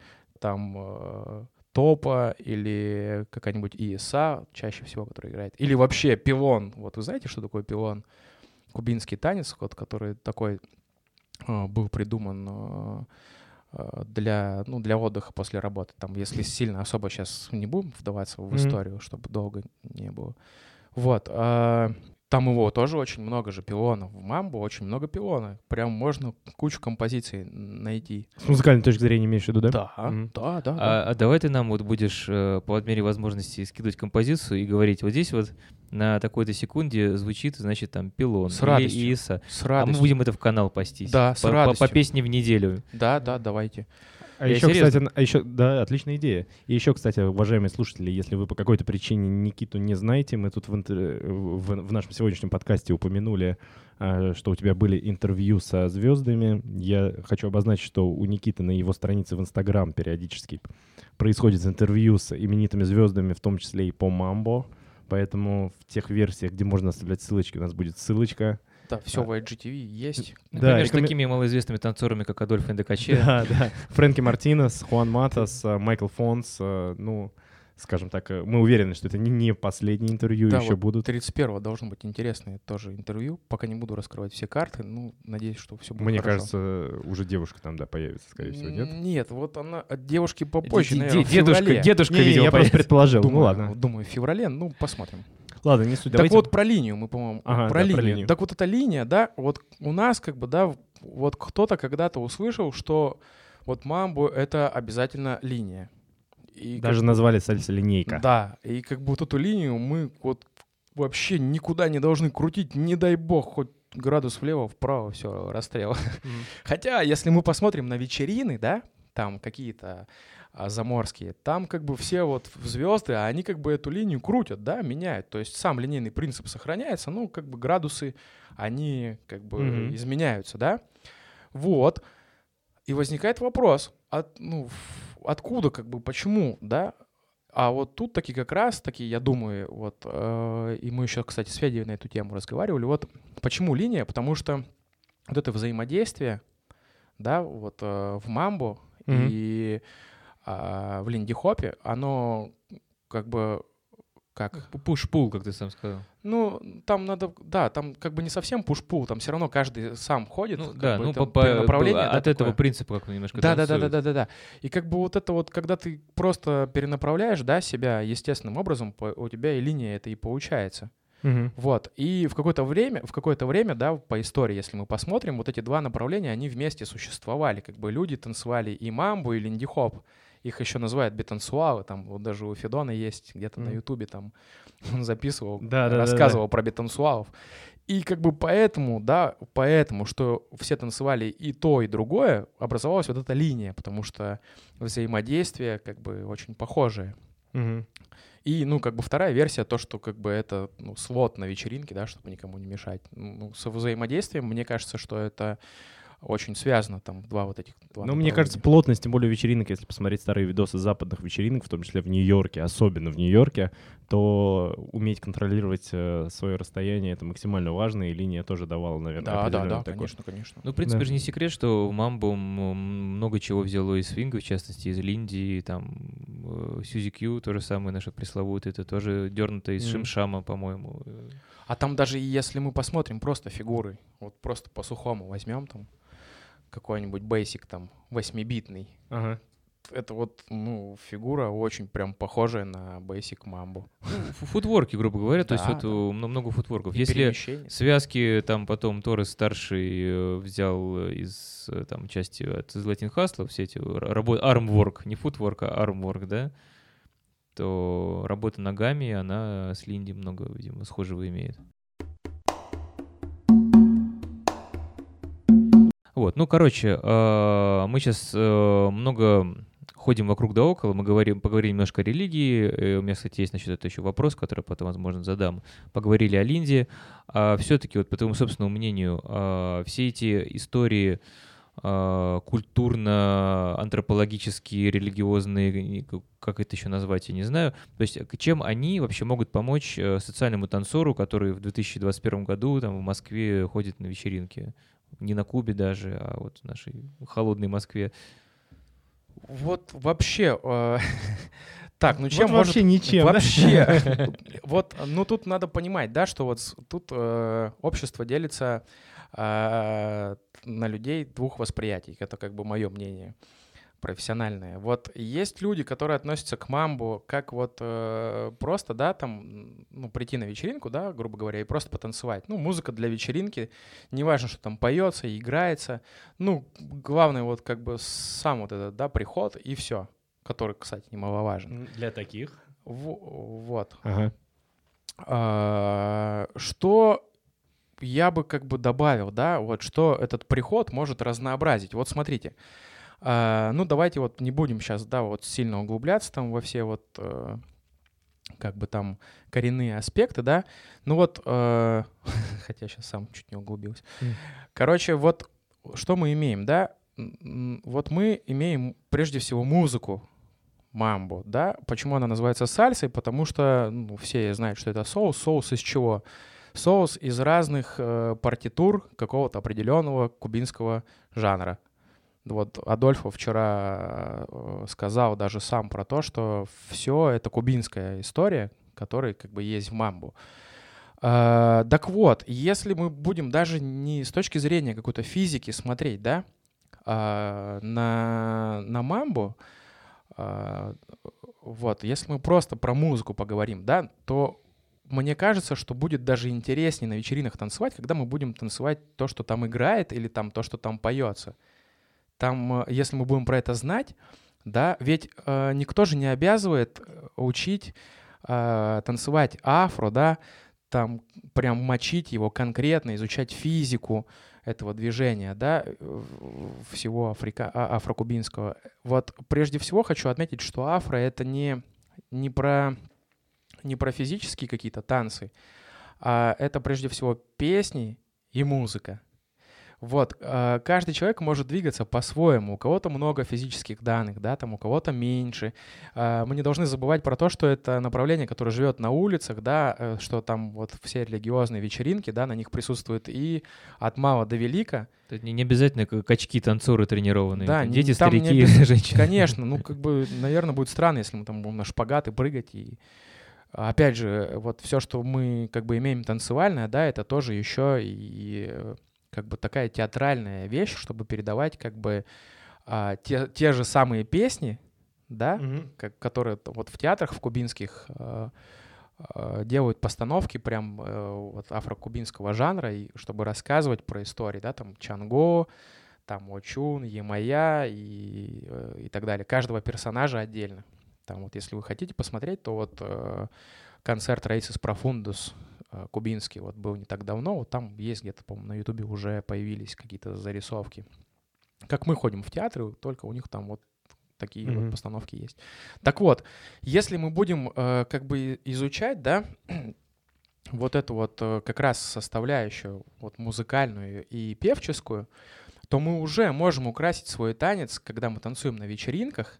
там Топа или какая-нибудь ИСА, чаще всего, которая играет. Или вообще пилон. Вот вы знаете, что такое пилон? Кубинский танец, вот, который такой был придуман для отдыха после работы. Там, если сильно особо сейчас не будем вдаваться в историю, чтобы долго не было. Вот. Там его тоже очень много же пилонов. В мамбо очень много пилона. Прям можно кучу композиций найти. С музыкальной точки зрения имеешь в виду, да? Да. А давай ты нам вот будешь по мере возможности скидывать композицию и говорить, вот здесь вот на такой-то секунде звучит, значит, там пилон С или радостью. ИСа. С А мы радостью. будем это в канал постить. Да, с По радостью. песне в неделю. Да, давайте. А Я еще, серьезно? кстати, да, отличная идея. И еще, кстати, уважаемые слушатели, если вы по какой-то причине Никиту не знаете, мы тут в нашем сегодняшнем подкасте упомянули, что у тебя были интервью со звездами. Я хочу обозначить, что у Никиты на его странице в Инстаграм периодически происходит интервью с именитыми звездами, в том числе и по мамбо. Поэтому в тех версиях, где можно оставлять ссылочки, у нас будет ссылочка. Да, все в IGTV есть. Например, с такими малоизвестными танцорами, как Адольфо Эндекаче. Да. Фрэнки Мартинес, Хуан Матас, Майкл Фонс. Ну, скажем так, мы уверены, что это не последнее интервью, Да, еще вот будут. 31-го должно быть интересное тоже интервью. Пока не буду раскрывать все карты, ну, надеюсь, что все будет Мне хорошо. кажется, уже девушка там, да, появится, скорее всего, нет? Нет, вот она от девушки попозже, наверное, в Дедушка, феврале. видимо, я просто предположил. Ну ладно. Думаю, в феврале, ну, посмотрим. Ладно, не суть. Так вот, про линию мы, по-моему, Ага, про да, линию. про линию. Так вот эта линия, да, вот у нас как бы, да, вот кто-то когда-то услышал, что вот мамбо — это обязательно линия. И Даже назвали сальса-линейка. Да, и как бы вот эту линию мы вот вообще никуда не должны крутить, не дай бог, хоть градус влево-вправо, все, расстрел. Хотя, если мы посмотрим на вечерины, да, там какие-то заморские, там как бы все вот звезды, они как бы эту линию крутят, да, меняют. То есть сам линейный принцип сохраняется, ну, как бы градусы, они как бы изменяются, да. Вот. И возникает вопрос, откуда, как бы, почему, да? А вот тут таки как раз таки, я думаю, вот, и мы еще, кстати, с Федей на эту тему разговаривали, вот почему линия? Потому что вот это взаимодействие, да, вот в мамбо и в линди-хопе, оно как бы как... Пуш-пул, как ты сам сказал. Ну, там надо, да, там как бы не совсем пуш-пул, там все равно каждый сам ходит. Ну, как да, бы, ну, там по направлению, да, от этого такое. принципа, как он немножко Да. танцует. И как бы вот это вот, когда ты просто перенаправляешь, да, себя естественным образом, у тебя и линия это и получается. Вот. И в какое-то время, да, по истории, если мы посмотрим, вот эти два направления, они вместе существовали. Как бы люди танцевали и мамбо, и линди-хоп. Их еще называют бетансуалы, там вот даже у Федона есть где-то на Ютубе, там он записывал, рассказывал про бетансуалов. И как бы поэтому, что все танцевали и то, и другое, образовалась вот эта линия, потому что взаимодействие как бы очень похожее. И, ну, как бы вторая версия, то, что как бы это, ну, свод на вечеринке, да, чтобы никому не мешать. Ну, со взаимодействием, мне кажется, что это очень связано, там, два Ну, мне кажется, плотность, тем более вечеринок, если посмотреть старые видосы западных вечеринок, в том числе в Нью-Йорке, особенно в Нью-Йорке, то уметь контролировать свое расстояние — это максимально важно, и линия тоже давала, наверное, определенный такой... конечно. Ну, в принципе, же не секрет, что в мамбо много чего взяло из свинга, в частности, из Линдии, там, Сьюзи Кью, то же самое наше пресловутое, это тоже дернуто из Шимшама, по-моему. А там даже если мы посмотрим просто фигуры, вот просто по-сухому возьмем там какой-нибудь бейсик там 8-битный, Ага. это вот, фигура очень прям похожая на Basic Mambo. Футворки, грубо говоря, то есть Да, вот да. много футворков. И Если перемещение. связки там потом Торрес-старший взял из там части от Latin Hustle, все эти armwork, не футворк, а armwork, да, то работа ногами, она с Линди много, видимо, схожего имеет. Вот, короче, мы сейчас много ходим вокруг да около, мы поговорили немножко о религии, у меня, кстати, есть насчет этого еще вопрос, который потом, возможно, задам. Поговорили о Линде. Все-таки, вот по твоему собственному мнению, все эти истории культурно-антропологические, религиозные, как это еще назвать, я не знаю. То есть чем они вообще могут помочь социальному танцору, который в 2021 году там, в Москве ходит на вечеринки? Не на Кубе даже, а вот в нашей холодной Москве. Вот вообще... Так, чем вот вообще может... ничем. Вообще. Вот, тут надо понимать, да, что вот тут общество делится на людей двух восприятий. Это как бы мое мнение профессиональное. Вот есть люди, которые относятся к мамбо как вот просто, да, там, прийти на вечеринку, да, грубо говоря, и просто потанцевать. Музыка для вечеринки, неважно, что там поется, играется. Главное вот как бы сам вот этот, да, приход и все, который, кстати, немаловажен. Для таких. Вот. Ага. Что я бы как бы добавил, да, вот что этот приход может разнообразить. Вот смотрите, давайте вот не будем сейчас, да, вот сильно углубляться там во все вот как бы там коренные аспекты, да, хотя сейчас сам чуть не углубился. Короче, вот что мы имеем, да, вот мы имеем прежде всего музыку мамбо, да, почему она называется сальсой, потому что все знают, что это соус из чего? Соус из разных партитур какого-то определенного кубинского жанра. Вот Адольфо вчера сказал даже сам про то, что все это кубинская история, которая как бы есть в мамбо. Так вот, если мы будем даже не с точки зрения какой-то физики смотреть, да, на мамбо, вот, если мы просто про музыку поговорим, да, то мне кажется, что будет даже интереснее на вечеринках танцевать, когда мы будем танцевать то, что там играет, или там то, что там поется. Там, если мы будем про это знать, да, ведь никто же не обязывает учить танцевать афро, да, там прям мочить его конкретно, изучать физику этого движения, да, всего афрокубинского. Вот прежде всего хочу отметить, что афро — это не про физические какие-то танцы, а это прежде всего песни и музыка. Вот, каждый человек может двигаться по-своему. У кого-то много физических данных, да, там у кого-то меньше. Мы не должны забывать про то, что это направление, которое живет на улицах, да, что там вот все религиозные вечеринки, да, на них присутствует и от мала до велика. Это не обязательно качки, танцоры тренированные. Да, дети, там старики, женщины. Конечно, как бы, наверное, будет странно, если мы там будем на шпагаты прыгать. И опять же, вот все, что мы как бы имеем танцевальное, да, это тоже еще и как бы такая театральная вещь, чтобы передавать как бы те же самые песни, да, которые вот в театрах, в кубинских делают постановки прям вот афрокубинского жанра, и чтобы рассказывать про истории, да, там Чанго, там Очун, Емая и так далее. Каждого персонажа отдельно. Там вот если вы хотите посмотреть, то вот концерт Raíces Profundas кубинский вот был не так давно, вот там есть где-то, по-моему, на Ютубе уже появились какие-то зарисовки. Как мы ходим в театры, только у них там вот такие вот постановки есть. Так вот, если мы будем как бы изучать, да, вот эту вот как раз составляющую вот музыкальную и певческую, то мы уже можем украсить свой танец, когда мы танцуем на вечеринках.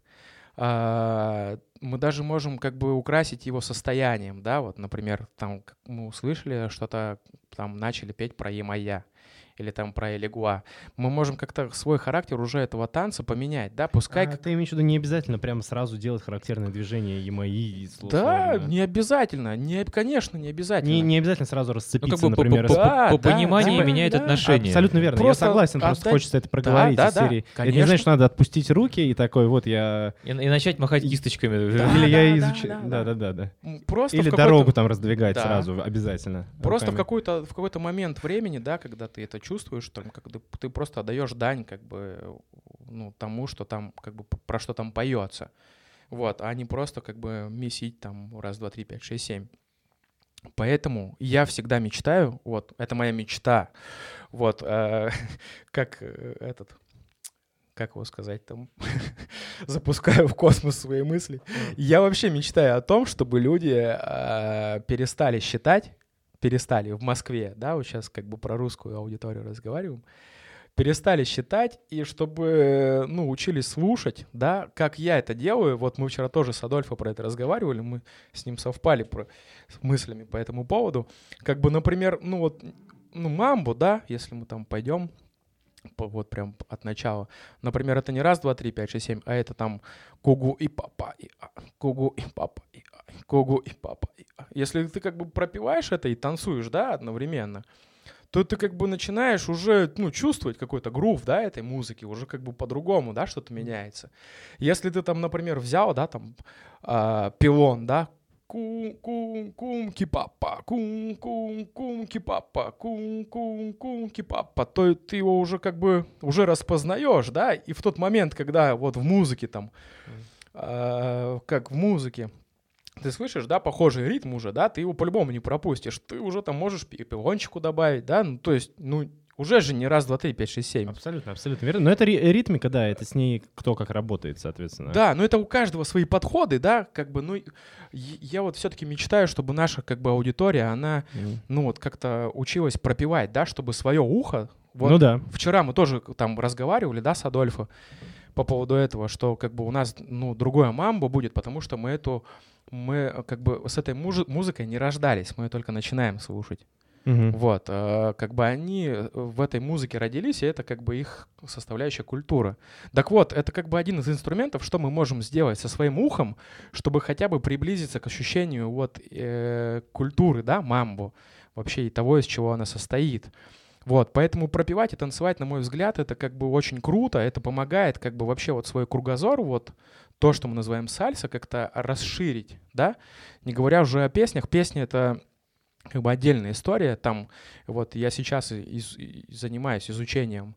Мы даже можем как бы украсить его состоянием, да, вот, например, там мы услышали что-то, там начали петь про Емая, или там про элегуа, мы можем как-то свой характер уже этого танца поменять, да, пускай... Ты имеешь в виду не обязательно прямо сразу делать характерные движения и Да, не обязательно, конечно, не обязательно. Не обязательно сразу Ну, расцепиться, как бы например. по пониманию да, меняет да. отношения. Абсолютно верно, я Просто согласен, просто отдать- хочется это проговорить Да, из серии. Это не конечно. значит, что надо отпустить руки и такой, вот я... И начать махать кисточками. Да, Или я да, изучаю... да. Да. Просто Или в какой-то- дорогу там раздвигать Да. сразу, обязательно. Просто в руками. какой-то момент времени, да, когда ты это чувствуешь, там, когда ты просто отдаешь дань, как бы, ну, тому, что там, как бы, про что там поется. Вот, а не просто, как бы, месить там раз, два, три, пять, шесть, семь. Поэтому я всегда мечтаю, вот, это моя мечта, вот, как как его сказать там, запускаю в космос свои мысли. Я вообще мечтаю о том, чтобы люди перестали в Москве, да, вот сейчас как бы про русскую аудиторию разговариваем, перестали считать и чтобы, ну, учились слушать, да, как я это делаю. Вот мы вчера тоже с Адольфо про это разговаривали, мы с ним совпали с мыслями по этому поводу. Как бы, например, ну вот, ну, мамбо, да, если мы там пойдем, вот прям от начала. Например, это не раз, два, три, пять, шесть, семь, а это там кугу и папа, и кугу и папа, и кугу и папа. Если ты как бы пропеваешь это и танцуешь, да, одновременно, то ты как бы начинаешь уже, ну, чувствовать какой-то грув, да, этой музыки, уже как бы по-другому, да, что-то меняется. Если ты там, например, взял, да, там, пилон, да, кум-кум-кум-ки-папа, кум-кум-кум-ки-папа, кум-кум-кум-ки-папа, то ты его уже как бы уже распознаешь, да, и в тот момент, когда вот в музыке там, как в музыке, ты слышишь, да, похожий ритм уже, да, ты его по-любому не пропустишь, ты уже там можешь пилончику добавить, да, ну, то есть, ну, уже же не раз, два, три, пять, шесть, семь. Абсолютно верно. Но это ритмика, да, это с ней кто как работает, соответственно. Да, но это у каждого свои подходы, да, как бы, ну, я вот все-таки мечтаю, чтобы наша, как бы, аудитория, она, ну, вот как-то училась пропевать, да, чтобы свое ухо, вот, Ну да. вчера мы тоже там разговаривали, да, с Адольфо по поводу этого, что, как бы, у нас, ну, другое мамбо будет, потому что мы как бы с этой музыкой не рождались, мы ее только начинаем слушать. Вот, как бы они в этой музыке родились, и это как бы их составляющая культура. Так вот, это как бы один из инструментов, что мы можем сделать со своим ухом, чтобы хотя бы приблизиться к ощущению вот культуры, да, мамбо, вообще и того, из чего она состоит. Вот, поэтому пропевать и танцевать, на мой взгляд, это как бы очень круто, это помогает как бы вообще вот свой кругозор, вот то, что мы называем сальса, как-то расширить, да, не говоря уже о песнях. Песни — это как бы отдельная история. Там вот я сейчас занимаюсь изучением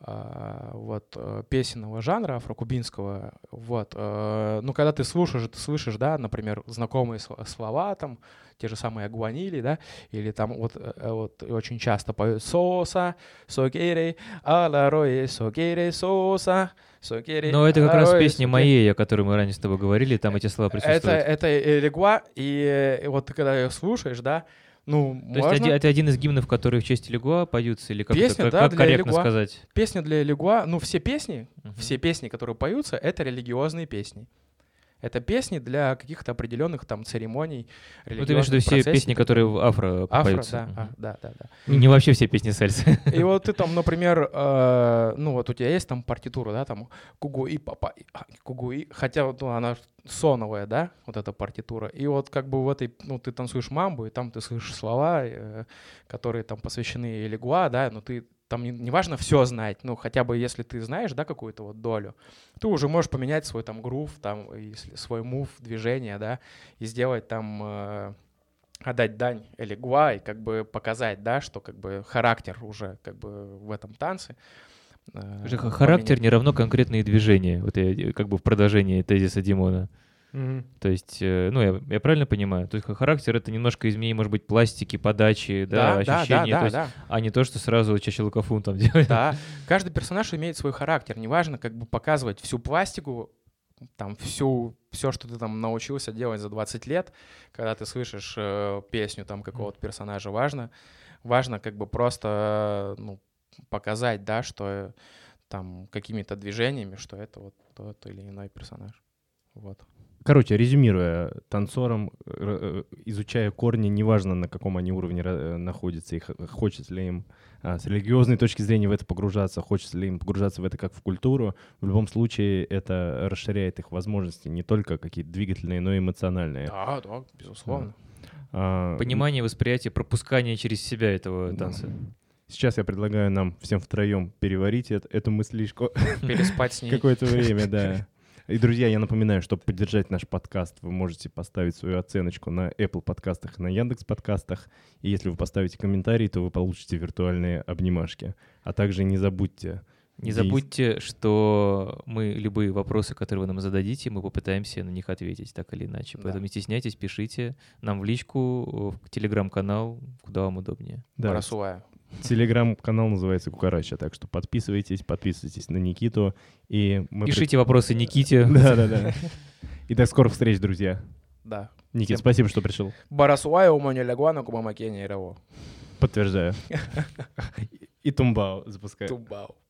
вот песенного жанра афрокубинского. Вот, ну, когда ты слышишь, да, например, знакомые слова, там, те же самые агуанили, да, или там вот очень часто поют «соса», «сокерей», «аларой», «сокерей», «соса», «сокерей». Но это как раз песня «Моей», о которой мы ранее с тобой говорили, там эти слова присутствуют. Это элегуа, и вот ты когда ее слушаешь, да, ну, то можно... есть это один из гимнов, которые в честь элегуа поются, или Песня, да, как для корректно элегуа. сказать? Песня для элегуа, ну, все песни, которые поются, это религиозные песни. Это песни для каких-то определенных там церемоний, Ну, ты имеешь в виду все песни, которые в афро поются? Да. Не вообще все песни сальсы. И вот ты там, например, ну вот у тебя есть там партитура, да, там кугуи, папа, кугуи, хотя вот, ну, она соновая, да, вот эта партитура. И вот как бы в этой, ну, ты танцуешь мамбу, и там ты слышишь слова, которые там посвящены элегуа, да, но ты там не важно все знать, ну, хотя бы если ты знаешь, да, какую-то вот долю, ты уже можешь поменять свой там грув, там, свой мув, движение, да, и сделать там, отдать дань элегуа и как бы показать, да, что как бы характер уже как бы в этом танце. Характер не равно конкретные движения, вот я как бы в продолжении тезиса Димона. То есть, ну, я правильно понимаю? То есть характер — это немножко изменение, может быть, пластики, подачи, да, ощущения, да. А не то, что сразу чачелукафун там делает. Да, каждый персонаж имеет свой характер, неважно как бы показывать всю пластику, там, все, что ты там научился делать за 20 лет, когда ты слышишь песню там какого-то персонажа, важно как бы просто, ну, показать, да, что там какими-то движениями, что это вот тот или иной персонаж, вот. Короче, резюмируя, танцорам, изучая корни, неважно, на каком они уровне находятся, и хочется ли им с религиозной точки зрения в это погружаться, хочется ли им погружаться в это как в культуру, в любом случае это расширяет их возможности, не только какие-то двигательные, но и эмоциональные. Да, безусловно. Понимание, восприятие, пропускание через себя этого танца. Сейчас я предлагаю нам всем втроем переварить эту мыслишку. Переспать с ней. Какое-то время, да. И, друзья, я напоминаю, чтобы поддержать наш подкаст, вы можете поставить свою оценочку на Apple подкастах и на Яндекс подкастах. И если вы поставите комментарий, то вы получите виртуальные обнимашки. А также не забудьте... Не забудьте, что мы любые вопросы, которые вы нам зададите, мы попытаемся на них ответить так или иначе. Да. Поэтому не стесняйтесь, пишите нам в личку, в телеграм-канал, куда вам удобнее. Да. Барасуая. Телеграм-канал называется «Кукарача», так что подписывайтесь на Никиту. И Пишите вопросы Никите. Да. И до скорых встреч, друзья. Да. Никит, спасибо, что пришел. Барасуая у меня лягуану кумамакения раво. Подтверждаю. И тумбао запускаю. Тумбау.